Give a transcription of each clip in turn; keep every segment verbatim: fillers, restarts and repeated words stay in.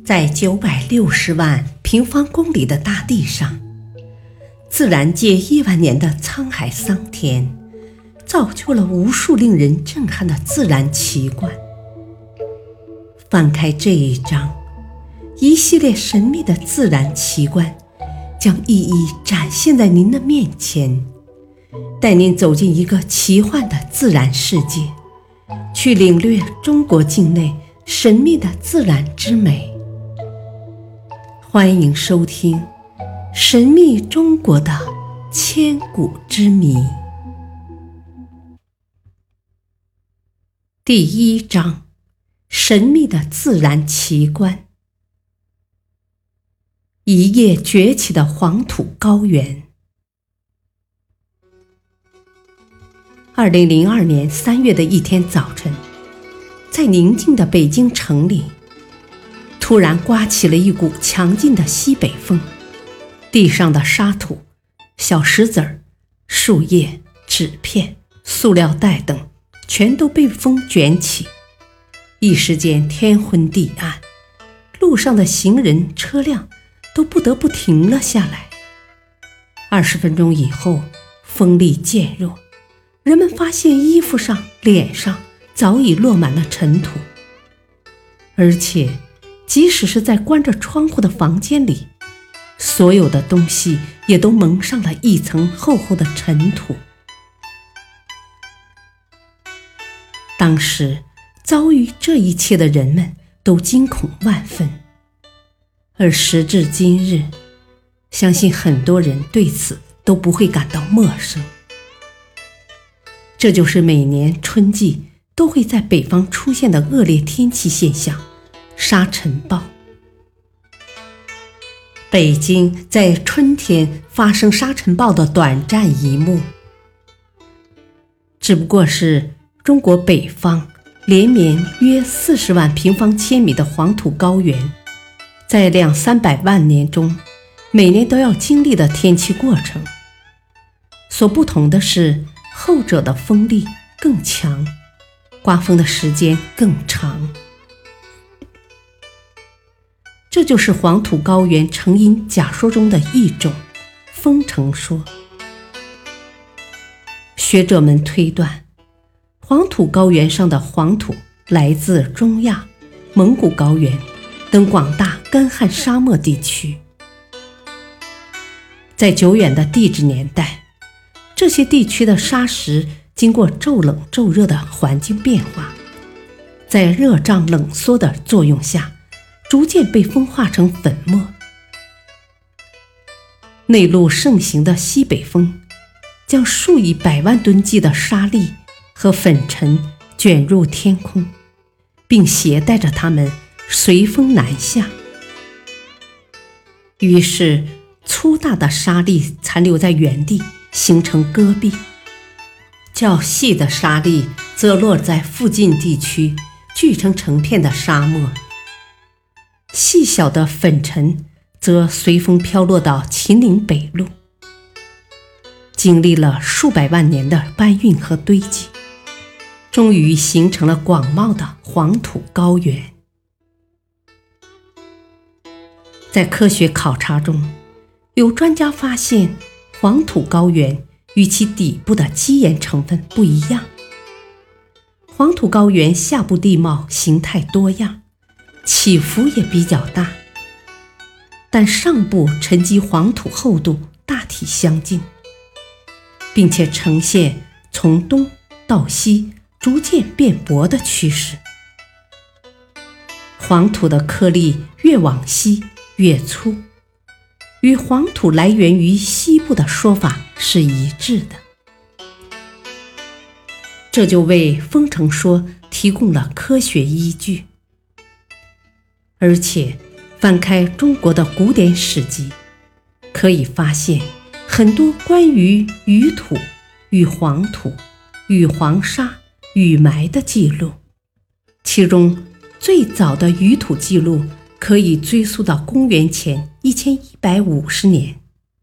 在九百六十万平方公里的大地上，自然界亿万年的沧海桑田，造就了无数令人震撼的自然奇观。翻开这一章，一系列神秘的自然奇观将一一展现在您的面前，带您走进一个奇幻的自然世界，去领略中国境内神秘的自然之美。欢迎收听《神秘中国的千古之谜》第一章：神秘的自然奇观。一夜崛起的黄土高原。二零零二年三月的一天早晨，在宁静的北京城里，突然刮起了一股强劲的西北风，地上的沙土、小石子儿、树叶、纸片、塑料袋等全都被风卷起，一时间天昏地暗，路上的行人车辆都不得不停了下来。二十分钟以后，风力渐弱，人们发现衣服上、脸上早已落满了尘土，而且即使是在关着窗户的房间里，所有的东西也都蒙上了一层厚厚的尘土。当时遭遇这一切的人们都惊恐万分，而时至今日，相信很多人对此都不会感到陌生。这就是每年春季都会在北方出现的恶劣天气现象——沙尘暴。北京在春天发生沙尘暴的短暂一幕，只不过是中国北方连绵约四十万平方千米的黄土高原，在两三百万年中每年都要经历的天气过程。所不同的是，后者的风力更强，刮风的时间更长。这就是黄土高原成因假说中的一种——风城说。学者们推断，黄土高原上的黄土来自中亚、蒙古高原等广大干旱沙漠地区。在久远的地质年代，这些地区的沙石经过骤冷骤热的环境变化，在热胀冷缩的作用下，逐渐被风化成粉末。内陆盛行的西北风将数以百万吨计的沙粒和粉尘卷入天空，并携带着它们随风南下。于是粗大的沙粒残留在原地，形成戈壁，较细的沙粒则落在附近地区，聚成成片的沙漠。细小的粉尘则随风飘落到秦岭北麓，经历了数百万年的搬运和堆积，终于形成了广袤的黄土高原。在科学考察中，有专家发现，黄土高原与其底部的基岩成分不一样。黄土高原下部地貌形态多样，起伏也比较大，但上部沉积黄土厚度大体相近，并且呈现从东到西逐渐变薄的趋势。黄土的颗粒越往西越粗，与黄土来源于西部的说法是一致的。这就为风城说提供了科学依据。而且翻开中国的古典史籍，可以发现很多关于雨土、与黄土、与黄沙、雨埋的记录，其中最早的雨土记录可以追溯到公元前一千一百五十年。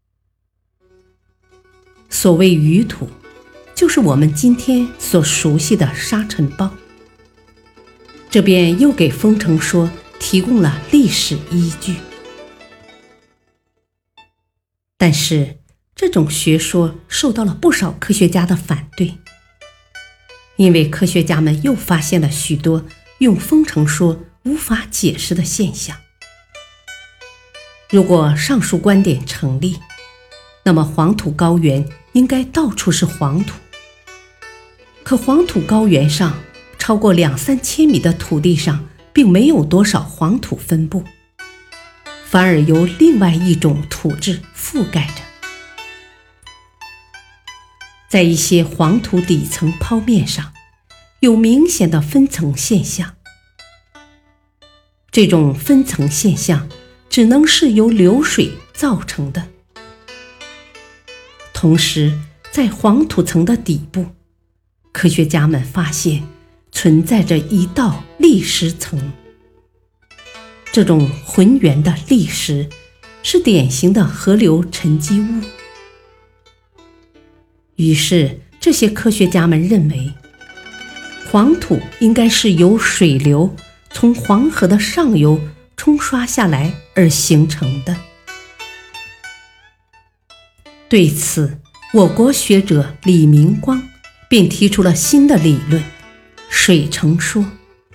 所谓雨土，就是我们今天所熟悉的沙尘暴。这便又给风城说提供了历史依据。但是，这种学说受到了不少科学家的反对，因为科学家们又发现了许多用封城说无法解释的现象。如果上述观点成立，那么黄土高原应该到处是黄土。可黄土高原上超过两三千米的土地上并没有多少黄土分布，反而由另外一种土质覆盖着。在一些黄土底层剖面上有明显的分层现象，这种分层现象只能是由流水造成的。同时，在黄土层的底部，科学家们发现存在着一道砾石层。这种浑圆的砾石是典型的河流沉积物。于是，这些科学家们认为，黄土应该是由水流从黄河的上游冲刷下来而形成的。对此，我国学者李明光便提出了新的理论——水层说。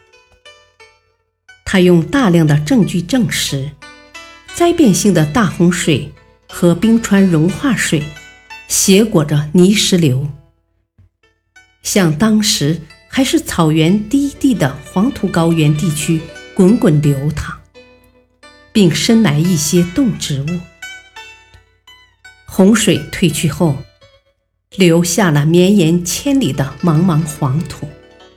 他用大量的证据证实，灾变性的大洪水和冰川融化水携裹着泥石流，向当时还是草原低地的黄土高原地区滚滚流淌，并深埋一些动植物。洪水退去后，留下了绵延千里的茫茫黄土。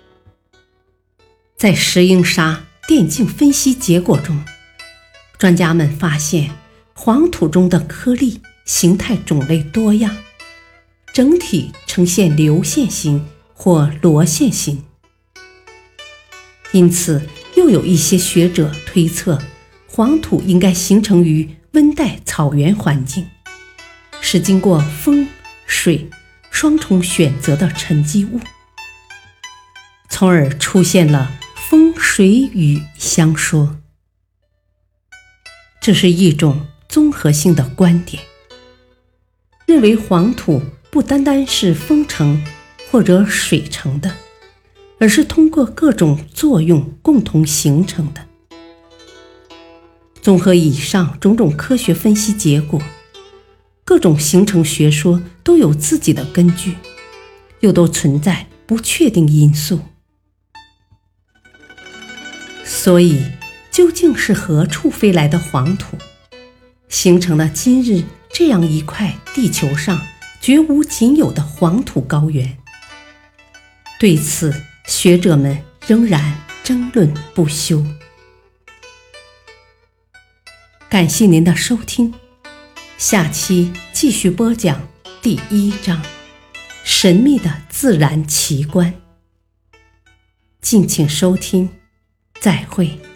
在石英砂电镜分析结果中，专家们发现黄土中的颗粒形态种类多样，整体呈现流线型或螺线型。因此，又有一些学者推测，黄土应该形成于温带草原环境，是经过风、水双重选择的沉积物，从而出现了风水雨相说。这是一种综合性的观点，认为黄土不单单是风成或者水成的，而是通过各种作用共同形成的。综合以上种种科学分析结果，各种形成学说都有自己的根据，又都存在不确定因素。所以，究竟是何处飞来的黄土，形成了今日这样一块地球上绝无仅有的黄土高原？对此，学者们仍然争论不休。感谢您的收听，下期继续播讲第一章：神秘的自然奇观。敬请收听，再会。